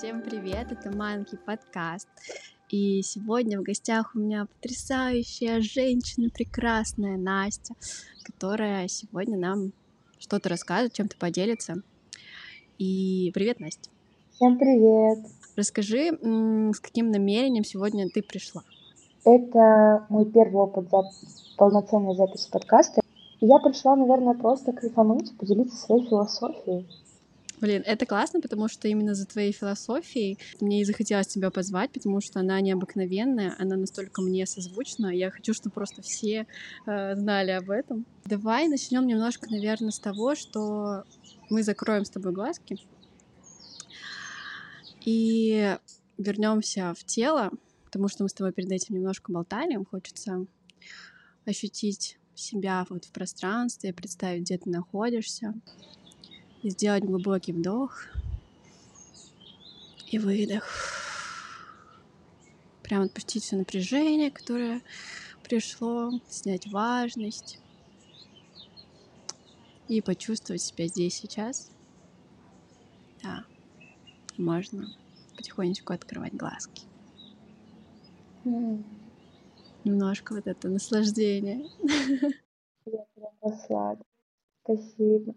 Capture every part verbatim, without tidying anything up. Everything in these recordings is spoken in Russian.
Всем привет, это Манки подкаст. И сегодня в гостях у меня потрясающая женщина, прекрасная Настя, которая сегодня нам что-то расскажет, чем-то поделится. И привет, Настя. Всем привет. Расскажи, м, с каким намерением сегодня ты пришла? Это мой первый опыт за... полноценной записи подкаста. И я пришла, наверное, просто кайфануть, поделиться своей философией. Блин, это классно, потому что именно за твоей философией мне и захотелось тебя позвать, потому что она необыкновенная, она настолько мне созвучна. Я хочу, чтобы просто все э, знали об этом. Давай начнем немножко, наверное, с того, что мы закроем с тобой глазки и вернемся в тело, потому что мы с тобой перед этим немножко болтали. Хочется ощутить себя вот в пространстве, представить, где ты находишься, и сделать глубокий вдох и выдох. Прям отпустить все напряжение, которое пришло, снять важность и почувствовать себя здесь сейчас. Да, можно потихонечку открывать глазки. М, Немножко вот это наслаждение. Я прям расслаблена. Спасибо.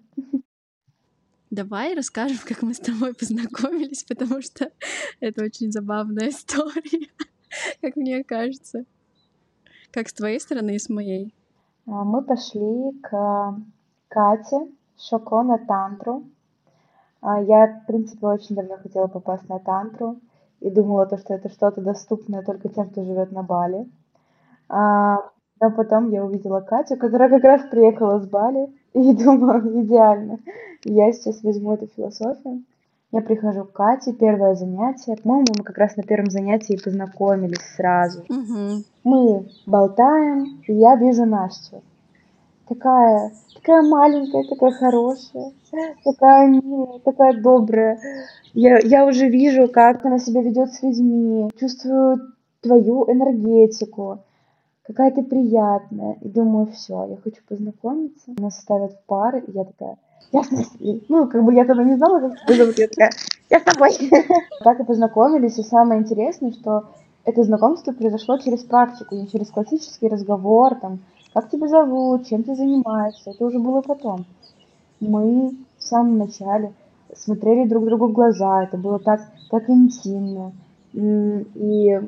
Давай расскажем, как мы с тобой познакомились, потому что это очень забавная история, как мне кажется. Как с твоей стороны и с моей. А, Мы пошли к Кате Шоко на тантру. А, Я, в принципе, очень давно хотела попасть на тантру и думала, то, что это что-то доступное только тем, кто живет на Бали. А, но потом я увидела Катю, которая как раз приехала с Бали, и думаю, идеально. Я сейчас возьму эту философию. Я прихожу к Кате, первое занятие. По-моему, мы как раз на первом занятии и познакомились сразу. Угу. Мы болтаем, и я вижу Настю. Такая, такая маленькая, такая хорошая, такая милая, такая добрая. Я, я уже вижу, как она себя ведет с людьми, чувствую твою энергетику. Какая ты приятная. И думаю, все, я хочу познакомиться. Нас ставят в пары, и я такая, я с Настей. Ну, как бы я тогда не знала, как тебя зовут. Я такая, я с тобой. Так и познакомились. И самое интересное, что это знакомство произошло через практику, не через классический разговор, там, как тебя зовут, чем ты занимаешься. Это уже было потом. Мы в самом начале смотрели друг другу в глаза. Это было так, так интимно. М, И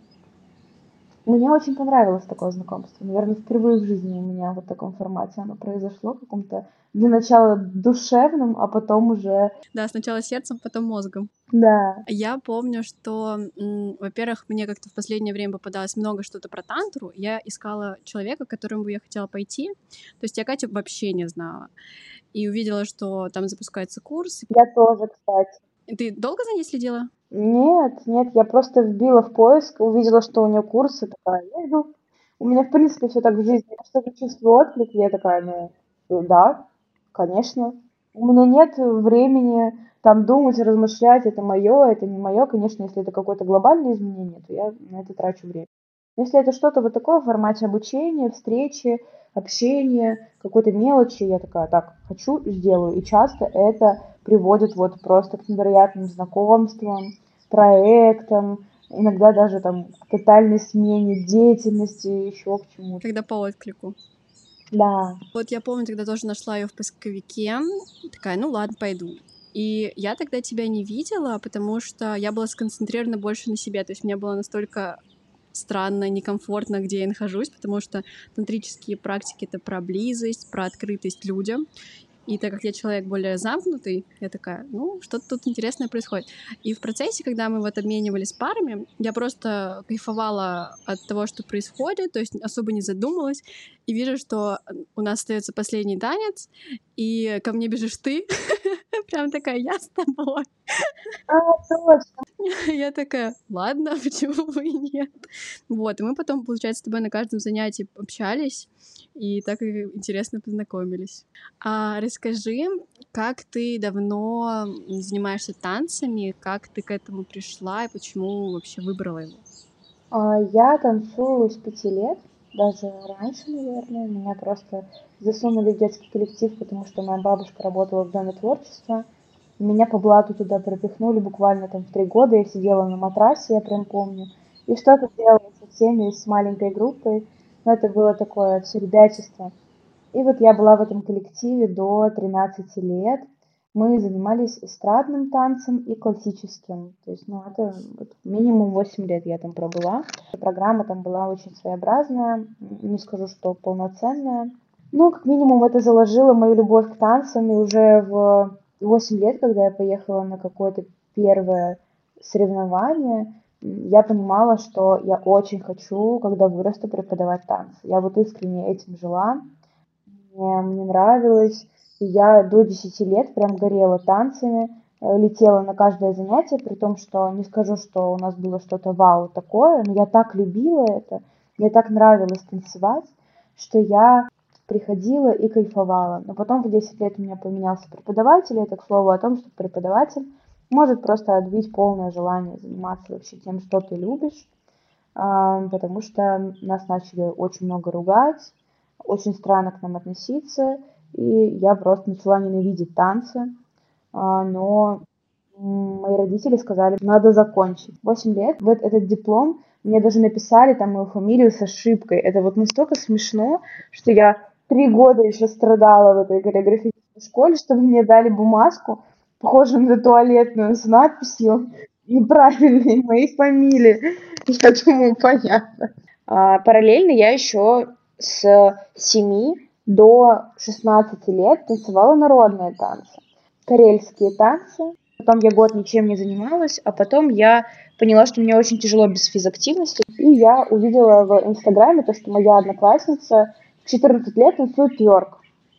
мне очень понравилось такое знакомство. Наверное, впервые в жизни у меня вот в таком формате оно произошло, каком-то для начала душевном, а потом уже, Да, сначала сердцем, потом мозгом. да. Я помню, что, м, во-первых, мне как-то в последнее время попадалось много что-то про тантру. Я искала человека, к которому бы я хотела пойти. То есть я Катю вообще не знала. И увидела, что там запускается курс. Я тоже, кстати. И ты долго за ней следила? Нет, нет, я просто вбила в поиск, увидела, что у нее курсы, такая, я иду. У меня, в принципе, все так в жизни. Я что-то чувствую отклик, я такая, ну, э, да, конечно. У меня нет времени там думать, размышлять, это мое, это не мое. Конечно, если это какое-то глобальное изменение, то я на это трачу время. Если это что-то вот такое в формате обучения, встречи, общения, какой-то мелочи, я такая, так, хочу, сделаю. И часто это приводит вот просто к невероятным знакомствам, проектам, иногда даже там к тотальной смене деятельности, еще к чему-то. Когда по отклику. Да. Вот я помню, тогда тоже нашла ее в поисковике. Такая, ну ладно, пойду. И я тогда тебя не видела, потому что я была сконцентрирована больше на себе. То есть мне было настолько странно, некомфортно, где я нахожусь, потому что тантрические практики — это про близость, про открытость людям. И так как я человек более замкнутый, я такая, ну, что-то тут интересное происходит. И в процессе, когда мы вот обменивались парами, я просто кайфовала от того, что происходит, то есть особо не задумалась. И вижу, что у нас остается последний танец, и ко мне бежишь ты. Прям такая, я с тобой. А, точно. Я такая, ладно, почему бы и нет? Вот, и мы потом, получается, с тобой на каждом занятии общались, и так и интересно познакомились. А расскажи, как ты давно занимаешься танцами, как ты к этому пришла и почему вообще выбрала его? А, Я танцую с пяти лет, даже раньше, наверное. Меня просто засунули в детский коллектив, потому что моя бабушка работала в Доме творчества. Меня по блату туда пропихнули буквально там в три года. Я сидела на матрасе, я прям помню. И что-то делала со всеми, с маленькой группой. Но это было такое все ребячество. И вот я была в этом коллективе до тринадцати лет. Мы занимались эстрадным танцем и классическим. То есть, ну, это вот минимум восемь лет я там пробыла. Программа там была очень своеобразная, не скажу, что полноценная. Ну, как минимум, это заложило мою любовь к танцам, и уже в восемь лет, когда я поехала на какое-то первое соревнование, я понимала, что я очень хочу, когда вырасту, преподавать танцы. Я вот искренне этим жила. Мне, мне нравилось. И я до десяти лет прям горела танцами, э, летела на каждое занятие, при том, что не скажу, что у нас было что-то вау такое, но я так любила это, мне так нравилось танцевать, что я приходила и кайфовала. Но потом в десять лет у меня поменялся преподаватель, и это к слову о том, что преподаватель может просто отбить полное желание заниматься вообще тем, что ты любишь, а, потому что нас начали очень много ругать, очень странно к нам относиться, и я просто начала ненавидеть танцы, а, но мои родители сказали, надо закончить. восемь лет, вот этот диплом, мне даже написали там мою фамилию с ошибкой. Это вот настолько смешно, что я три года еще страдала в этой хореографической школе, чтобы мне дали бумажку, похожую на туалетную, с надписью неправильной моей фамилии. Я думаю, понятно. А, параллельно я еще с семи до шестнадцати лет танцевала народные танцы, карельские танцы. Потом я год ничем не занималась, а потом я поняла, что мне очень тяжело без физактивности. И я увидела в Инстаграме то, что моя одноклассница в четырнадцать лет танцует тверк.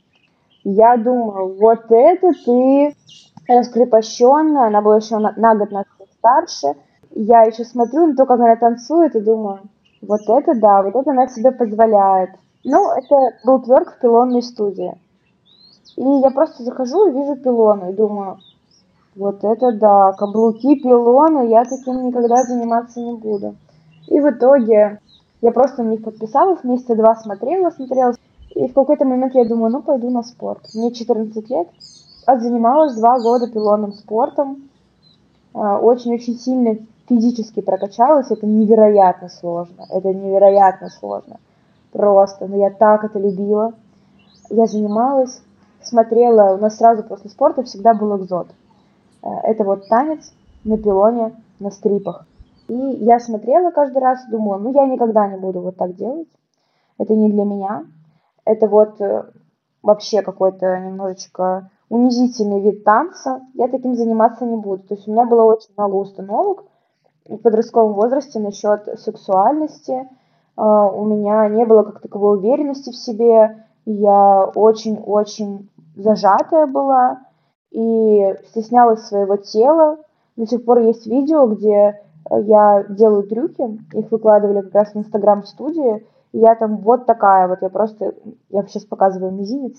Я думаю, вот это ты раскрепощенная, она была еще на, на год нас старше. Я еще смотрю на то, как она танцует, и думаю, вот это да, вот это она себе позволяет. Ну, это был тверк в пилонной студии. И я просто захожу и вижу пилоны, и думаю, вот это да, каблуки, пилоны, я таким никогда заниматься не буду. И в итоге я просто на них подписалась, месяца два смотрела, смотрела. И в какой-то момент я думаю, ну пойду на спорт. Мне четырнадцать лет, отзанималась два года пилонным спортом. Очень-очень сильно физически прокачалась. Это невероятно сложно. Это невероятно сложно. Просто. Но я так это любила. Я занималась, смотрела. У нас сразу после спорта всегда был экзот. Это вот танец на пилоне, на стрипах. И я смотрела каждый раз и думала, ну я никогда не буду вот так делать. Это не для меня. Это вот вообще какой-то немножечко унизительный вид танца. Я таким заниматься не буду. То есть у меня было очень много установок в подростковом возрасте насчет сексуальности. У меня не было как таковой уверенности в себе. Я очень-очень зажатая была и стеснялась своего тела. До сих пор есть видео, где я делаю трюки, их выкладывали как раз в Инстаграм студии, и я там вот такая вот, я просто, я сейчас показываю мизинец,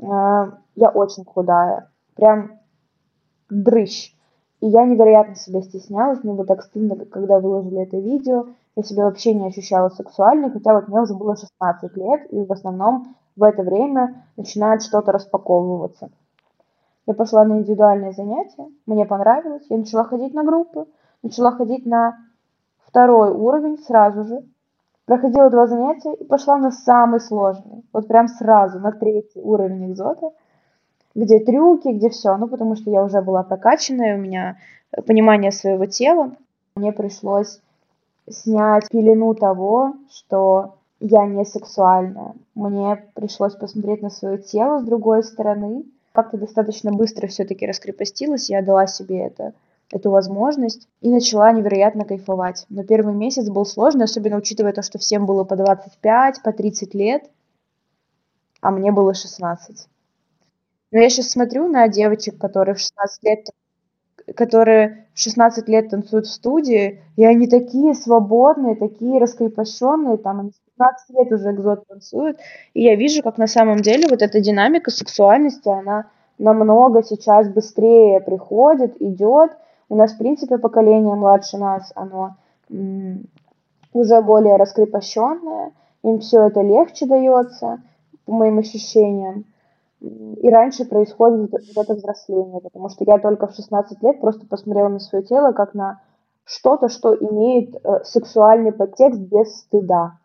я очень худая, прям дрыщ. И я невероятно себя стеснялась, мне было так стыдно, когда выложили это видео, я себя вообще не ощущала сексуальной, хотя вот мне уже было шестнадцать лет, и в основном в это время начинает что-то распаковываться. Я пошла на индивидуальные занятия, мне понравилось, я начала ходить на группы, начала ходить на второй уровень сразу же, проходила два занятия и пошла на самый сложный, вот прям сразу, на третий уровень экзота, где трюки, где все, ну потому что я уже была прокачанная, у меня понимание своего тела, мне пришлось снять пелену того, что я не сексуальная, мне пришлось посмотреть на свое тело с другой стороны, как-то достаточно быстро все-таки раскрепостилась, я дала себе это, эту возможность и начала невероятно кайфовать. Но первый месяц был сложный, особенно учитывая то, что всем было по двадцать пять, по тридцать лет, а мне было шестнадцать. Но я сейчас смотрю на девочек, которые в шестнадцать лет, которые в шестнадцать лет танцуют в студии, и они такие свободные, такие раскрепощенные, там они с пятнадцати лет уже экзот танцуют, и я вижу, как на самом деле вот эта динамика сексуальности, она намного сейчас быстрее приходит, идет. У нас, в принципе, поколение младше нас, оно м- уже более раскрепощенное, им все это легче дается, по моим ощущениям. И раньше происходит вот это взросление, потому что я только в шестнадцать лет просто посмотрела на свое тело как на что-то, что имеет э, сексуальный подтекст без стыда.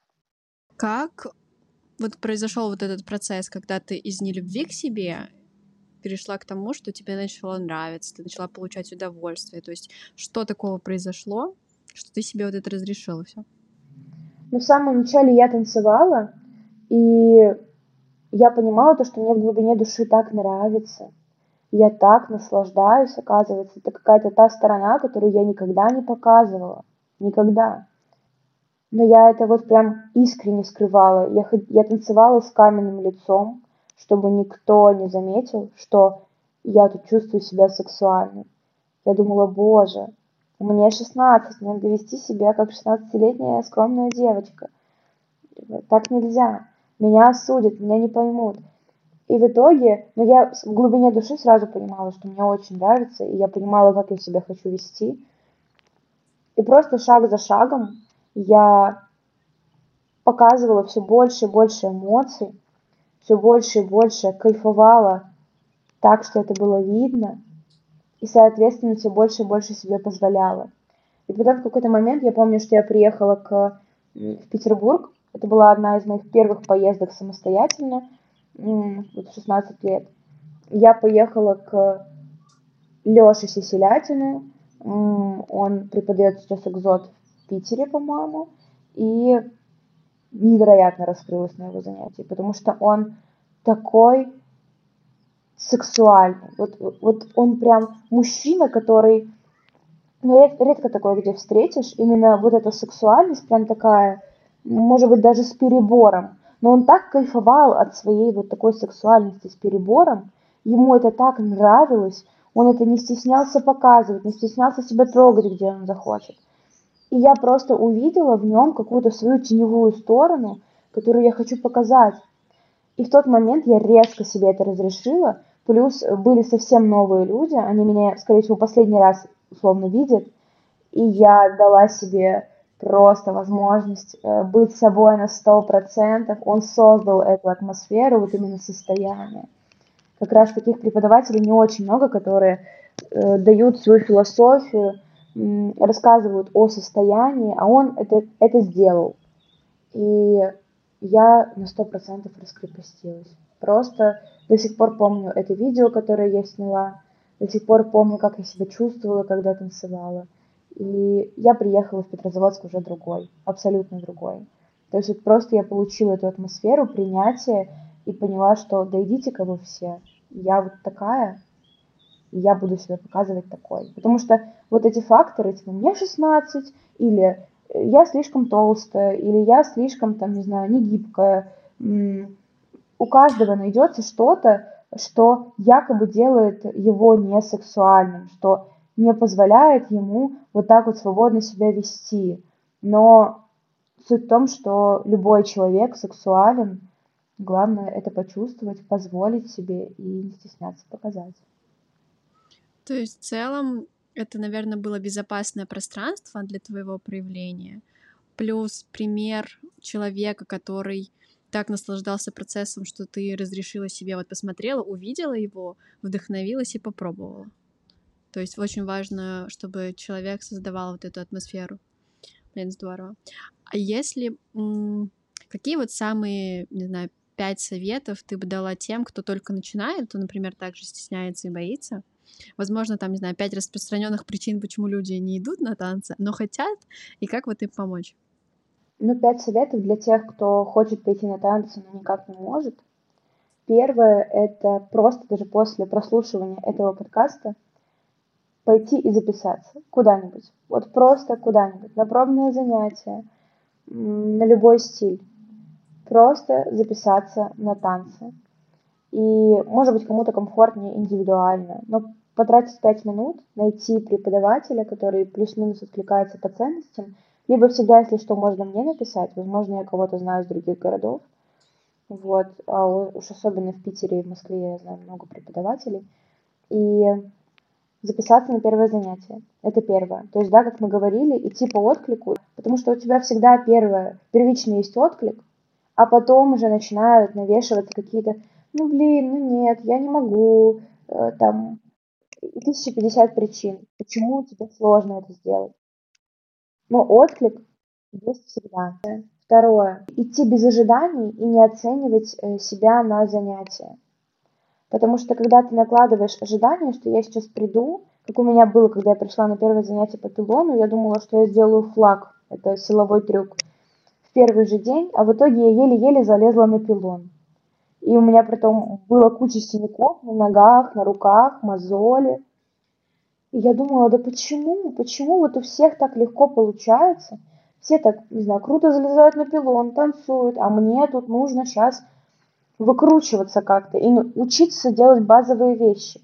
Как вот произошел вот этот процесс, когда ты из нелюбви к себе перешла к тому, что тебе начало нравиться, ты начала получать удовольствие. То есть что такого произошло, что ты себе вот это разрешила все? Но в самом начале я танцевала, и я понимала то, что мне в глубине души так нравится. Я так наслаждаюсь, оказывается. Это какая-то та сторона, которую я никогда не показывала. Никогда. Но я это вот прям искренне скрывала. Я, ход- я танцевала с каменным лицом, чтобы никто не заметил, что я тут чувствую себя сексуальной. Я думала, боже, мне шестнадцать, мне надо вести себя как шестнадцатилетняя скромная девочка. Так нельзя. Меня осудят, меня не поймут. И в итоге, ну, я в глубине души сразу понимала, что мне очень нравится, и я понимала, как я себя хочу вести. И просто шаг за шагом я показывала все больше и больше эмоций, все больше и больше кайфовала так, что это было видно, и, соответственно, все больше и больше себе позволяла. И потом в какой-то момент я помню, что я приехала к, в Петербург. Это была одна из моих первых поездок самостоятельно, вот в шестнадцать лет. Я поехала к Лёше Сиселятину. Он преподает сейчас экзот в Питере, по-моему. И невероятно раскрылась на его занятии, потому что он такой сексуальный. Вот, вот он прям мужчина, который... Ну, редко, редко такое где встретишь. Именно вот эта сексуальность прям такая, может быть, даже с перебором. Но он так кайфовал от своей вот такой сексуальности с перебором. Ему это так нравилось. Он это не стеснялся показывать, не стеснялся себя трогать, где он захочет. И я просто увидела в нем какую-то свою теневую сторону, которую я хочу показать. И в тот момент я резко себе это разрешила. Плюс были совсем новые люди, они меня, скорее всего, последний раз условно видят. И я дала себе просто возможность э, быть собой на сто процентов. Он создал эту атмосферу, вот именно состояние. Как раз таких преподавателей не очень много, которые э, дают свою философию, м, рассказывают о состоянии, а он это, это сделал. И я на сто процентов раскрепостилась. Просто до сих пор помню это видео, которое я сняла, до сих пор помню, как я себя чувствовала, когда танцевала. И я приехала в Петрозаводск уже другой, абсолютно другой. То есть вот просто я получила эту атмосферу принятия и поняла, что да идите-ка вы все, я вот такая, и я буду себя показывать такой. Потому что вот эти факторы, типа, мне шестнадцать, или я слишком толстая, или я слишком, там, не знаю, не гибкая. У каждого найдется что-то, что якобы делает его несексуальным, что не позволяет ему вот так вот свободно себя вести. Но суть в том, что любой человек сексуален, главное это почувствовать, позволить себе и не стесняться показать. То есть в целом это, наверное, было безопасное пространство для твоего проявления, плюс пример человека, который так наслаждался процессом, что ты разрешила себе, вот посмотрела, увидела его, вдохновилась и попробовала. То есть очень важно, чтобы человек создавал вот эту атмосферу. Блин, здорово. А если... м, какие вот самые, не знаю, пять советов ты бы дала тем, кто только начинает, кто, например, также стесняется и боится? Возможно, там, не знаю, пять распространенных причин, почему люди не идут на танцы, но хотят, и как вот им помочь? Ну, пять советов для тех, кто хочет пойти на танцы, но никак не может. Первое– это просто даже после прослушивания этого подкаста пойти и записаться куда-нибудь. Вот просто куда-нибудь. На пробное занятие, на любой стиль. Просто записаться на танцы. И, может быть, кому-то комфортнее индивидуально. Но потратить пять минут, найти преподавателя, который плюс-минус откликается по ценностям. Либо всегда, если что, можно мне написать. Возможно, я кого-то знаю из других городов. Вот. А уж особенно в Питере и в Москве я знаю много преподавателей. И записаться на первое занятие. Это первое. То есть, да, как мы говорили, идти по отклику, потому что у тебя всегда первое, первично есть отклик, а потом уже начинают навешиваться какие-то ну блин, ну нет, я не могу, э, там, и тысяча пятьдесят причин, почему тебе сложно это сделать. Но отклик есть всегда. Второе. Идти без ожиданий и не оценивать э, себя на занятия. Потому что когда ты накладываешь ожидания, что я сейчас приду, как у меня было, когда я пришла на первое занятие по пилону, я думала, что я сделаю флаг, это силовой трюк, в первый же день, а в итоге я еле-еле залезла на пилон. И у меня потом было куча синяков на ногах, на руках, мозоли. И я думала, да почему? Почему вот у всех так легко получается? Все так, не знаю, круто залезают на пилон, танцуют, а мне тут нужно сейчас выкручиваться как-то и учиться делать базовые вещи.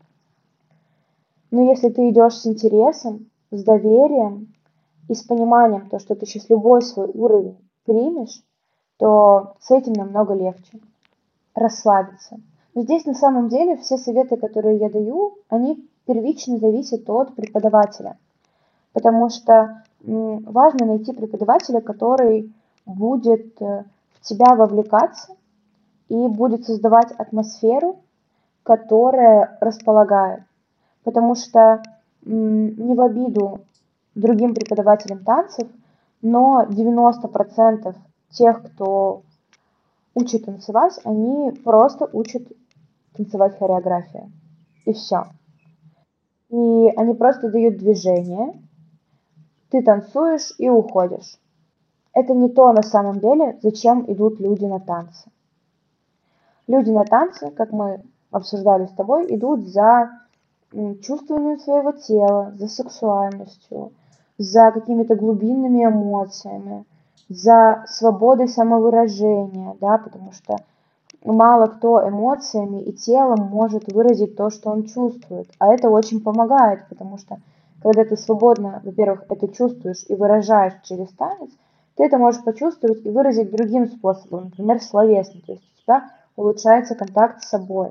Но если ты идешь с интересом, с доверием и с пониманием, то, что ты сейчас любой свой уровень примешь, то с этим намного легче расслабиться. Но здесь на самом деле все советы, которые я даю, они первично зависят от преподавателя. Потому что важно найти преподавателя, который будет в тебя вовлекаться и будет создавать атмосферу, которая располагает. Потому что не в обиду другим преподавателям танцев, но девяносто процентов тех, кто учат танцевать, они просто учат танцевать хореографию. И все. И они просто дают движение, ты танцуешь и уходишь. Это не то на самом деле, зачем идут люди на танцы. Люди на танцы, как мы обсуждали с тобой, идут за чувствованием своего тела, за сексуальностью, за какими-то глубинными эмоциями, за свободой самовыражения, да, потому что мало кто эмоциями и телом может выразить то, что он чувствует. А это очень помогает, потому что когда ты свободно, во-первых, это чувствуешь и выражаешь через танец, ты это можешь почувствовать и выразить другим способом, например, словесно. То есть у тебя улучшается контакт с собой.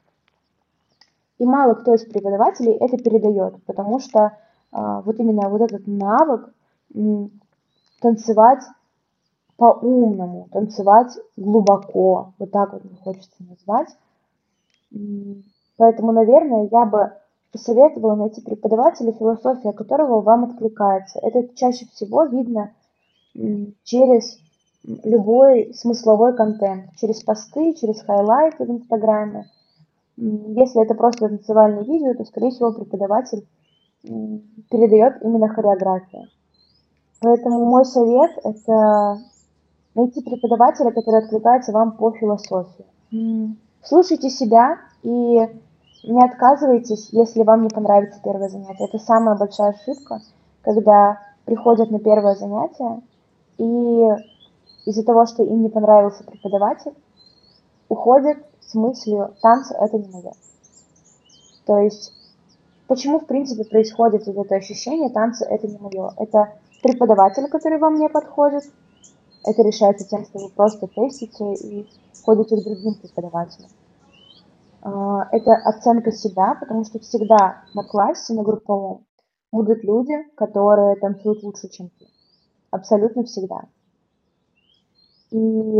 И мало кто из преподавателей это передает, потому что э, вот именно вот этот навык м, танцевать по-умному, танцевать глубоко, вот так вот мне хочется назвать. Поэтому, наверное, я бы посоветовала найти преподавателя, философия которого вам откликается. Это чаще всего видно через любой смысловой контент, через посты, через хайлайты в Инстаграме. Если это просто танцевальное видео, то, скорее всего, преподаватель передает именно хореографию. Поэтому мой совет – это найти преподавателя, который откликается вам по философии. Слушайте себя и не отказывайтесь, если вам не понравится первое занятие. Это самая большая ошибка, когда приходят на первое занятие, и из-за того, что им не понравился преподаватель, уходят с мыслью «танцы – это не мое». То есть почему, в принципе, происходит вот это ощущение «танцы – это не мое»? Это преподаватель, который вам не подходит, это решается тем, что вы просто тестите и ходите к другим преподавателям. Это оценка себя, потому что всегда на классе, на групповом будут люди, которые танцуют лучше, чем ты. Абсолютно всегда. И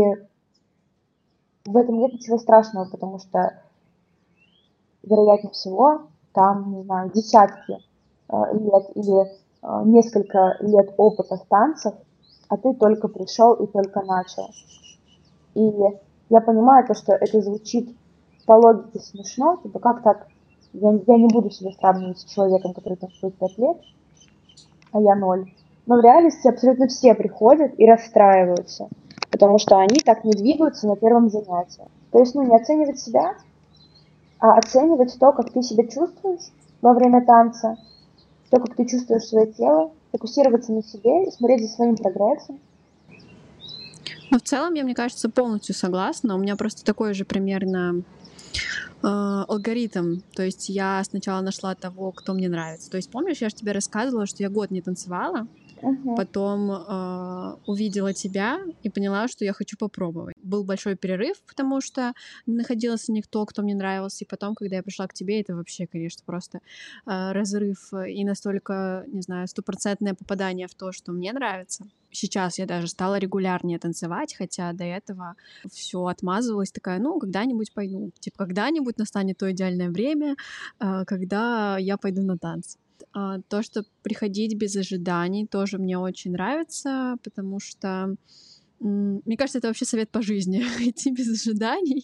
в этом нет ничего страшного, потому что, вероятнее всего, там, не знаю, десятки лет или несколько лет опыта в танцах, а ты только пришел и только начал. И я понимаю то, что это звучит по логике смешно, типа как так, я, я не буду себя сравнивать с человеком, который танцует пять лет, а я ноль. Но в реальности абсолютно все приходят и расстраиваются, потому что они так не двигаются на первом занятии. То есть, ну, не оценивать себя, а оценивать то, как ты себя чувствуешь во время танца, то, как ты чувствуешь свое тело, фокусироваться на себе и смотреть за своим прогрессом. Ну, в целом, я, мне кажется, полностью согласна. У меня просто такой же примерно э, алгоритм. То есть я сначала нашла того, кто мне нравится. То есть помнишь, я же тебе рассказывала, что я год не танцевала, Uh-huh. потом э, увидела тебя и поняла, что я хочу попробовать. Был большой перерыв, потому что не находился никто, кто мне нравился. И потом, когда я пришла к тебе, это вообще, конечно, просто э, разрыв и настолько, не знаю, стопроцентное попадание в то, что мне нравится. сейчас я даже стала регулярнее танцевать, хотя до этого все отмазывалась, такая, ну, когда-нибудь пойду. Типа, когда-нибудь настанет то идеальное время, а, когда я пойду на танцы. А, То, что приходить без ожиданий, тоже мне очень нравится, потому что, м, мне кажется, это вообще совет по жизни, идти без ожиданий.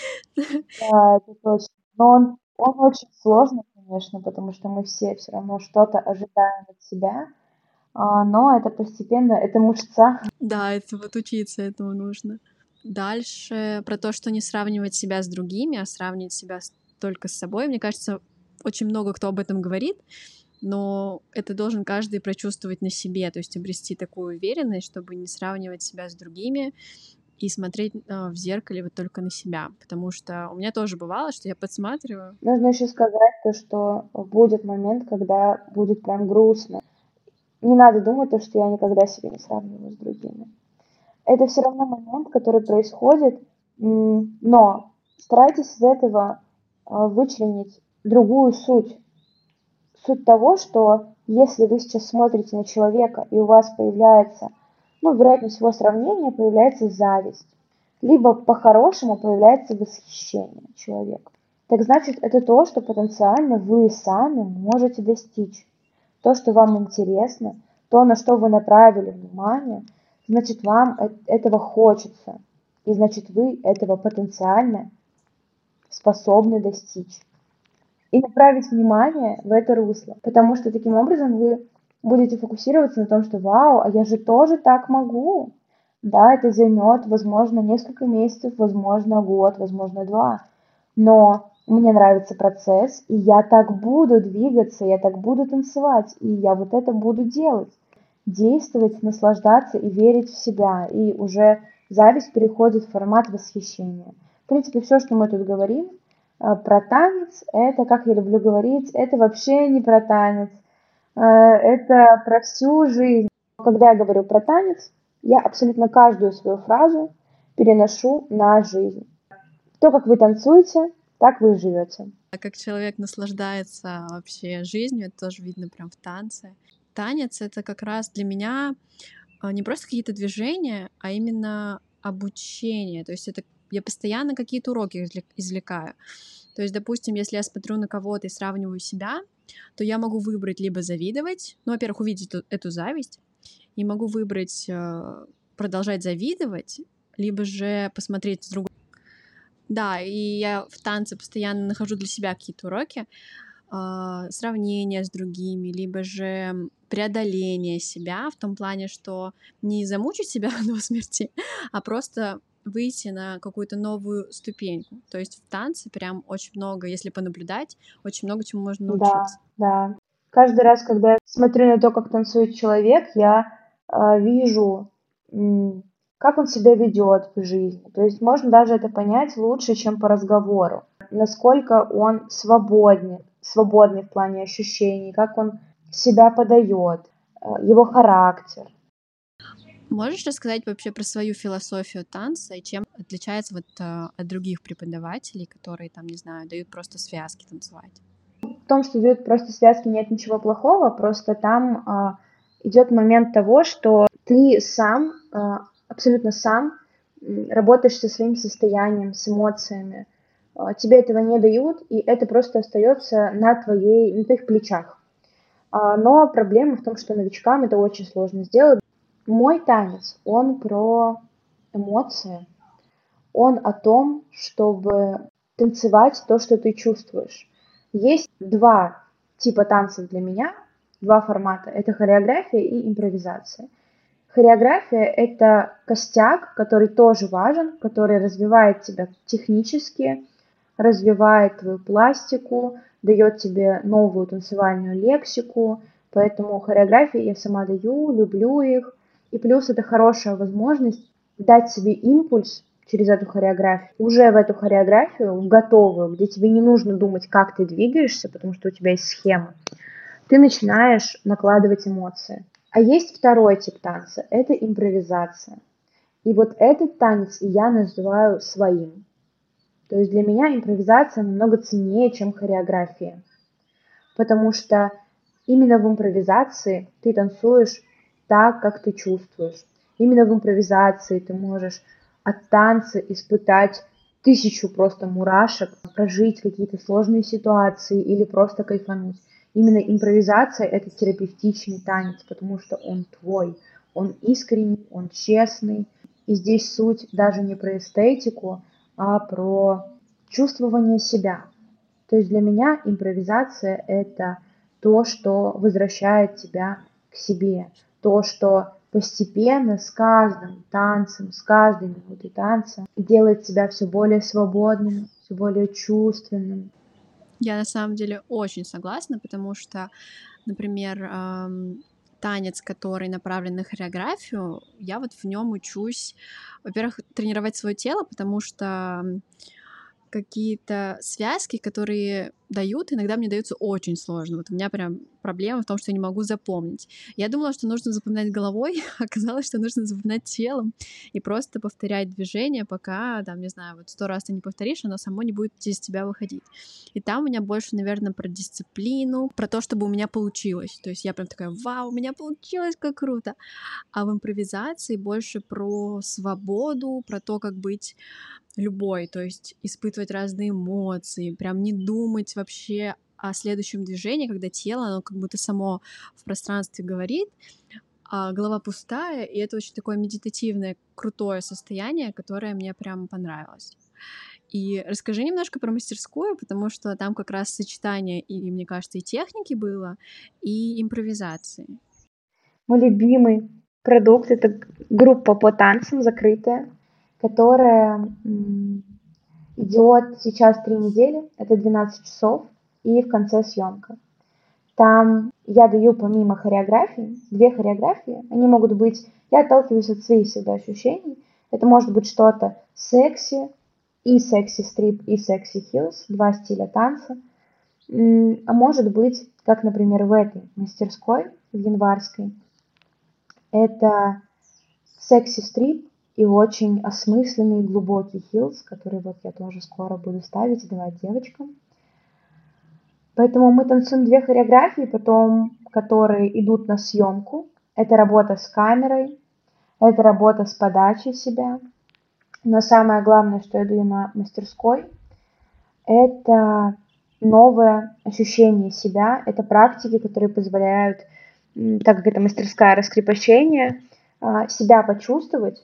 Да, это точно. Но он, он очень сложный, конечно, потому что мы все все равно что-то ожидаем от себя, а, но это постепенно, это мышца. Да, это вот учиться этому нужно. Дальше про то, что не сравнивать себя с другими, а сравнивать себя с- только с собой. Мне кажется, очень много кто об этом говорит, но это должен каждый прочувствовать на себе, то есть обрести такую уверенность, чтобы не сравнивать себя с другими и смотреть а, в зеркале вот только на себя, потому что у меня тоже бывало, что я подсматриваю. Нужно еще сказать то, что будет момент, когда будет прям грустно. Не надо думать то, что я никогда себя не сравниваю с другими. Это все равно момент, который происходит, м, но старайтесь из этого а, вычленить другую суть. Суть того, что если вы сейчас смотрите на человека, и у вас появляется, ну, вероятнее всего, сравнение, появляется зависть, либо по-хорошему появляется восхищение человека. Так значит, это то, что потенциально вы сами можете достичь. То, что вам интересно, то, на что вы направили внимание, значит, вам э- этого хочется. И значит, вы этого потенциально способны достичь и направить внимание в это русло. Потому что таким образом вы будете фокусироваться на том, что вау, а я же тоже так могу. Да, это займет, возможно, несколько месяцев, возможно, год, возможно, два. Но мне нравится процесс, и я так буду двигаться, я так буду танцевать, и я вот это буду делать. Действовать, наслаждаться и верить в себя. И уже зависть переходит в формат восхищения. В принципе, все, что мы тут говорим, а, про танец, это, как я люблю говорить, это вообще не про танец, э, это про всю жизнь. Когда я говорю про танец, я абсолютно каждую свою фразу переношу на жизнь. То, как вы танцуете, так вы и живете. А как человек наслаждается вообще жизнью, это тоже видно прям в танце. Танец — это как раз для меня а, не просто какие-то движения, а именно обучение. То есть это я постоянно какие-то уроки извлек- извлекаю. То есть, допустим, если я смотрю на кого-то и сравниваю себя, то я могу выбрать либо завидовать, ну, во-первых, увидеть эту, эту зависть, и могу выбрать э, продолжать завидовать, либо же посмотреть с другой. Да, и я в танце постоянно нахожу для себя какие-то уроки, а, сравнения с другими, либо же преодоление себя в том плане, что не замучить себя до смерти, а просто выйти на какую-то новую ступеньку. То есть в танце прям очень много, если понаблюдать, очень много чему можно Да, научиться. да. Каждый раз, когда я смотрю на то, как танцует человек, я а, вижу, м, как он себя ведет в жизни. То есть можно даже это понять лучше, чем по разговору. Насколько он свободный, свободный в плане ощущений, как он себя подает, а, его характер. Можешь рассказать вообще про свою философию танца и чем отличается вот а, от других преподавателей, которые там, не знаю, дают просто связки танцевать? В том, что дают просто связки, нет ничего плохого, просто там а, идет момент того, что ты сам, а, абсолютно сам, м, работаешь со своим состоянием, с эмоциями. А, тебе этого не дают, и это просто остается на твоей, на твоих плечах. А, но проблема в том, что новичкам это очень сложно сделать. Мой танец, он про эмоции, он о том, чтобы танцевать то, что ты чувствуешь. Есть два типа танцев для меня, два формата. Это хореография и импровизация. Хореография — это костяк, который тоже важен, который развивает тебя технически, развивает твою пластику, дает тебе новую танцевальную лексику. Поэтому хореографии я сама даю, люблю их. И плюс это хорошая возможность дать себе импульс через эту хореографию, уже в эту хореографию, в готовую, где тебе не нужно думать, как ты двигаешься, потому что у тебя есть схема, ты начинаешь накладывать эмоции. А есть второй тип танца — это импровизация. И вот этот танец я называю своим. То есть для меня импровизация намного ценнее, чем хореография. Потому что именно в импровизации ты танцуешь так, как ты чувствуешь. Именно в импровизации ты можешь от танца испытать тысячу просто мурашек, прожить какие-то сложные ситуации или просто кайфануть. Именно импровизация — это терапевтичный танец, потому что он твой, он искренний, он честный. И здесь суть даже не про эстетику, а про чувствование себя. То есть для меня импровизация — это то, что возвращает тебя к себе, то, что постепенно с каждым танцем, с каждой минутой танца делает тебя все более свободным, все более чувственным. Я на самом деле очень согласна, потому что, например, ам, танец, который направлен на хореографию, я вот в нем учусь, во-первых, тренировать свое тело, потому что м, какие-то связки, которые дают, иногда мне даются очень сложно. Вот у меня прям проблема в том, что я не могу запомнить. Я думала, что нужно запоминать головой, оказалось, что нужно запоминать телом и просто повторять движение, пока, там, не знаю, вот сто раз ты не повторишь, оно само не будет из тебя выходить. И там у меня больше, наверное, про дисциплину, про то, чтобы у меня получилось. То есть я прям такая: вау, у меня получилось, как круто. А в импровизации больше про свободу, про то, как быть любой, то есть испытывать разные эмоции, прям не думать вообще о следующем движении, когда тело, оно как будто само в пространстве говорит, а голова пустая, и это очень такое медитативное, крутое состояние, которое мне прям понравилось. И расскажи немножко про мастерскую, потому что там как раз сочетание, и, мне кажется, и техники было, и импровизации. Мой любимый продукт — это группа по танцам закрытая, которая м, идет сейчас три недели, это двенадцать часов, и в конце съемка. Там я даю помимо хореографии, две хореографии. Они могут быть, я отталкиваюсь от своих всегда ощущений. Это может быть что-то секси, и секси-стрип, и секси-хиллс, два стиля танца. А может быть, как, например, в этой мастерской, в январской, это секси-стрип и очень осмысленный глубокий хиллс, который вот я тоже скоро буду ставить и давать девочкам. Поэтому мы танцуем две хореографии, потом, которые идут на съемку. Это работа с камерой, это работа с подачей себя. Но самое главное, что я даю на мастерской, это новое ощущение себя, это практики, которые позволяют, так как это мастерская раскрепощения, себя почувствовать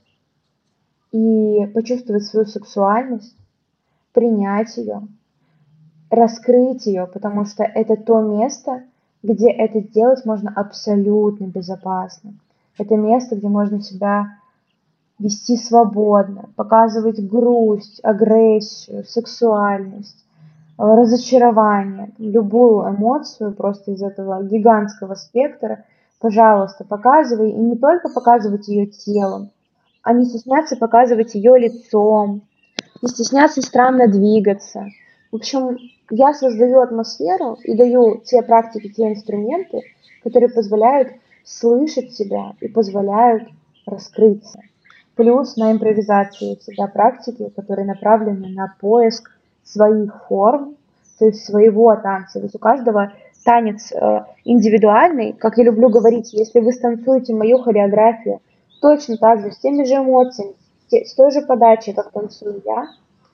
и почувствовать свою сексуальность, принять ее, раскрыть ее, потому что это то место, где это сделать можно абсолютно безопасно. Это место, где можно себя вести свободно, показывать грусть, агрессию, сексуальность, разочарование, любую эмоцию просто из этого гигантского спектра. Пожалуйста, показывай, и не только показывать ее телом, а не стесняться показывать ее лицом, не стесняться странно двигаться. В общем, я создаю атмосферу и даю те практики, те инструменты, которые позволяют слышать себя и позволяют раскрыться. Плюс на импровизации всегда практики, которые направлены на поиск своих форм, то есть своего танца. Ведь у каждого танец э, индивидуальный. Как я люблю говорить, если вы станцуете мою хореографию точно так же, с теми же эмоциями, с той же подачей, как танцую я,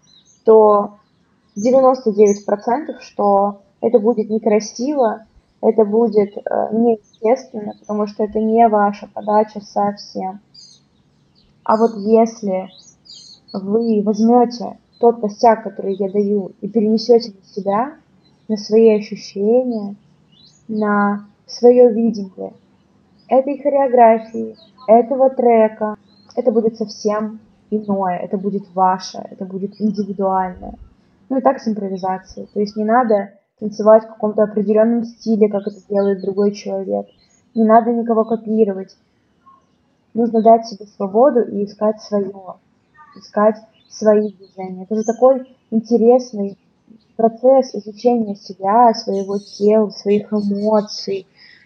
то девяносто девять процентов, что это будет некрасиво, это будет э, неестественно, потому что это не ваша подача совсем. А вот если вы возьмете тот костяк, который я даю, и перенесете на себя, на свои ощущения, на свое видение этой хореографии, этого трека, это будет совсем иное, это будет ваше, это будет индивидуальное. Ну и так с импровизацией. То есть не надо танцевать в каком-то определенном стиле, как это делает другой человек. Не надо никого копировать. Нужно дать себе свободу и искать свое, искать свои движения. Это же такой интересный процесс изучения себя, своего тела, своих эмоций,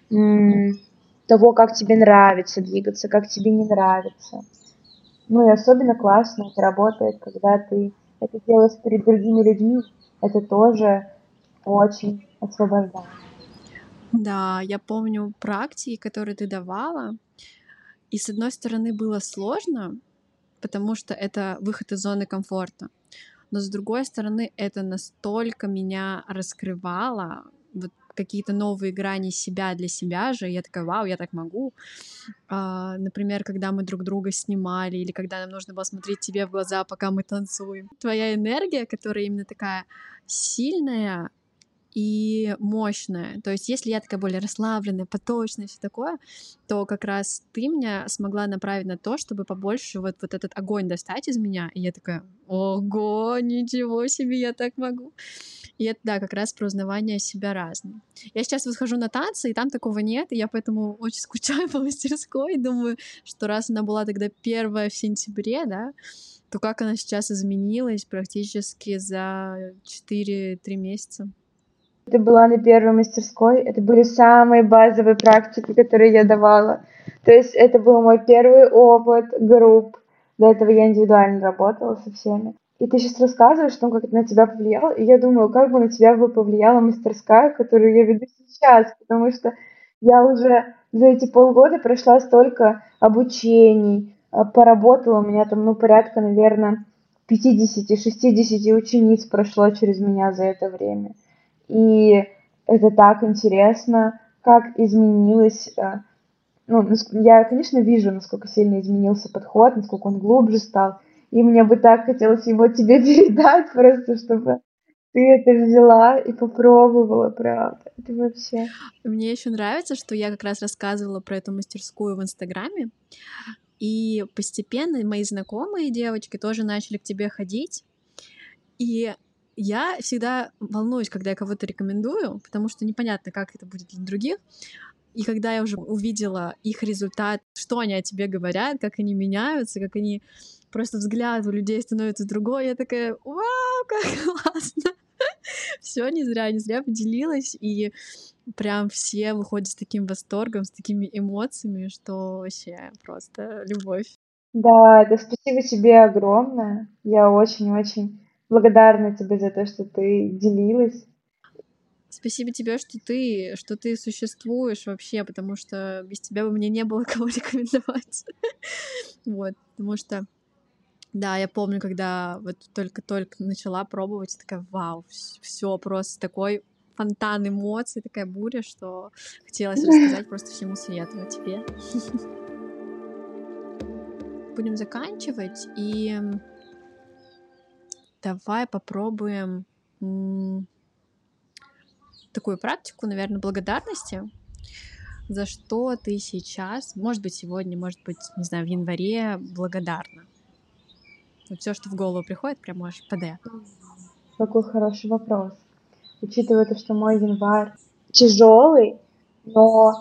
того, как тебе нравится двигаться, как тебе не нравится. Ну и особенно классно это работает, когда ты это делаешь перед другими людьми. Это тоже очень освобождает. Да, я помню практики, которые ты давала. И с одной стороны было сложно, потому что это выход из зоны комфорта. Но с другой стороны, это настолько меня раскрывало, вот какие-то новые грани себя для себя же. Я такая, вау, я так могу. А, например, когда мы друг друга снимали, или когда нам нужно было смотреть тебе в глаза, пока мы танцуем. Твоя энергия, которая именно такая сильная и мощная. То есть, если я такая более расслабленная, поточная, все такое, то как раз ты меня смогла направить на то, чтобы побольше вот, вот этот огонь достать из меня. И я такая, ого, ничего себе, я так могу. И это, да, как раз про узнавание себя разным. Я сейчас восхожу на танцы, и там такого нет, и я поэтому очень скучаю по мастерской, и думаю, что раз она была тогда первая в сентябре, да, то как она сейчас изменилась практически за четыре-три месяца. Ты была на первой мастерской, это были самые базовые практики, которые я давала. То есть это был мой первый опыт групп. До этого я индивидуально работала со всеми. И ты сейчас рассказываешь, что как это на тебя повлияло, и я думаю, как бы на тебя бы повлияла мастерская, которую я веду сейчас, потому что я уже за эти полгода прошла столько обучений, а, поработала, у меня там, ну, порядка, наверное, пятьдесят-шестьдесят учениц прошло через меня за это время. И это так интересно, как изменилось. э, Ну, наск- я, конечно, вижу, насколько сильно изменился подход, насколько он глубже стал. И мне бы так хотелось его тебе передать, просто чтобы ты это взяла и попробовала, правда. Это вообще... Мне еще нравится, что я как раз рассказывала про эту мастерскую в Инстаграме, и постепенно мои знакомые девочки тоже начали к тебе ходить. И я всегда волнуюсь, когда я кого-то рекомендую, потому что непонятно, как это будет для других. И когда я уже увидела их результат, что они о тебе говорят, как они меняются, как они просто взгляд у людей становится другой, я такая, вау, как классно! Все не зря, не зря поделилась, и прям все выходят с таким восторгом, с такими эмоциями, что вообще просто любовь. Да, да, спасибо тебе огромное. Я очень-очень благодарна тебе за то, что ты делилась. Спасибо тебе, что ты, что ты существуешь вообще, потому что без тебя бы мне не было кого рекомендовать. Вот, потому что, да, я помню, когда вот только-только начала пробовать, такая, вау, все просто такой фонтан эмоций, такая буря, что хотелось рассказать просто всему свету о тебе. Будем заканчивать, и давай попробуем м, такую практику, наверное, благодарности. За что ты сейчас, может быть, сегодня, может быть, не знаю, в январе благодарна? Вот все, что в голову приходит, прям можешь ПД. Какой хороший вопрос. Учитывая то, что мой январь тяжелый, но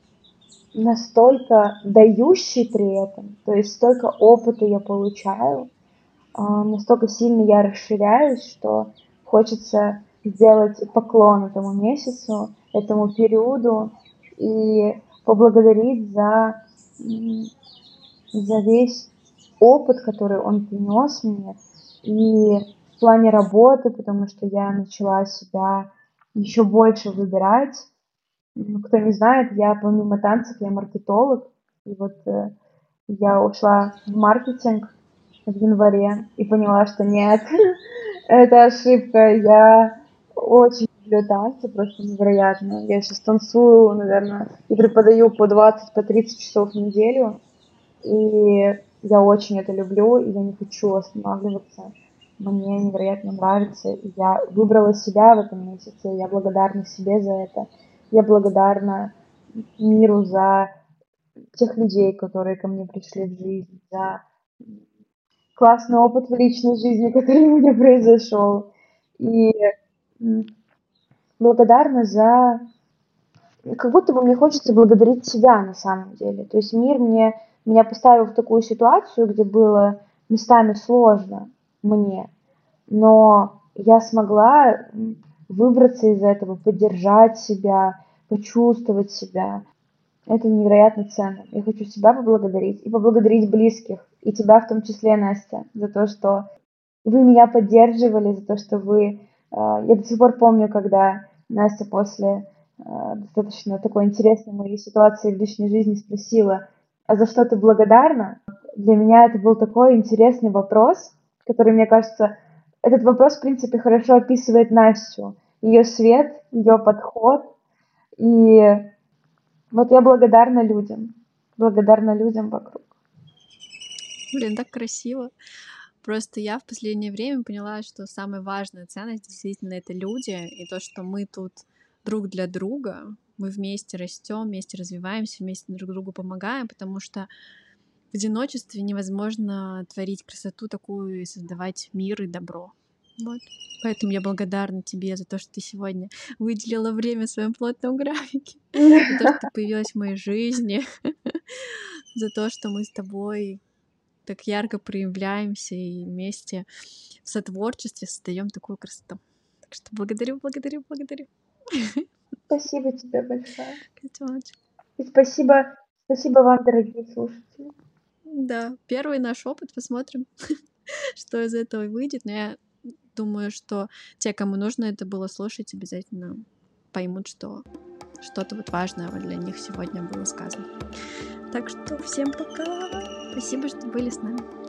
настолько дающий при этом, то есть столько опыта я получаю, а, настолько сильно я расширяюсь, что хочется сделать поклон этому месяцу, этому периоду и поблагодарить за, м, за весь опыт, который он принес мне, и в плане работы, потому что я начала себя еще больше выбирать. Ну, кто не знает, я помимо танцев, я маркетолог, и вот э, я ушла в маркетинг в январе и поняла, что нет, это ошибка. Я очень люблю танцы, просто невероятно. Я сейчас танцую, наверное, и преподаю по двадцать, по тридцать часов в неделю. И я очень это люблю, и я не хочу останавливаться. Мне невероятно нравится. И я выбрала себя в этом месяце. Я благодарна себе за это. Я благодарна миру за тех людей, которые ко мне пришли в жизнь, за классный опыт в личной жизни, который у меня произошел. И м, благодарна за... Как будто бы мне хочется благодарить себя на самом деле. То есть мир мне, меня поставил в такую ситуацию, где было местами сложно мне, но я смогла м, выбраться из этого, поддержать себя, почувствовать себя. Это невероятно ценно. Я хочу себя поблагодарить и поблагодарить близких, и тебя в том числе, Настя, за то, что вы меня поддерживали, за то, что вы... э, Я до сих пор помню, когда Настя после э, достаточно такой интересной моей ситуации в личной жизни спросила, а за что ты благодарна? Для меня это был такой интересный вопрос, который, мне кажется, этот вопрос, в принципе, хорошо описывает Настю, ее свет, ее подход. И вот я благодарна людям, благодарна людям вокруг. Блин, так красиво. Просто я в последнее время поняла, что самая важная ценность действительно это люди, и то, что мы тут друг для друга, мы вместе растем, вместе развиваемся, вместе друг другу помогаем, потому что в одиночестве невозможно творить красоту такую и создавать мир и добро. Вот. Поэтому я благодарна тебе за то, что ты сегодня выделила время в своем плотном графике, за то, что ты появилась в моей жизни, за то, что мы с тобой так ярко проявляемся и вместе в сотворчестве создаем такую красоту. Так что благодарю, благодарю, благодарю. Спасибо тебе большое. Котёночек. И спасибо, спасибо вам, дорогие слушатели. Да, первый наш опыт, посмотрим, что из этого выйдет. Но я думаю, что те, кому нужно это было слушать, обязательно поймут, что что-то вот важное для них сегодня было сказано. Так что всем пока! Спасибо, что были с нами.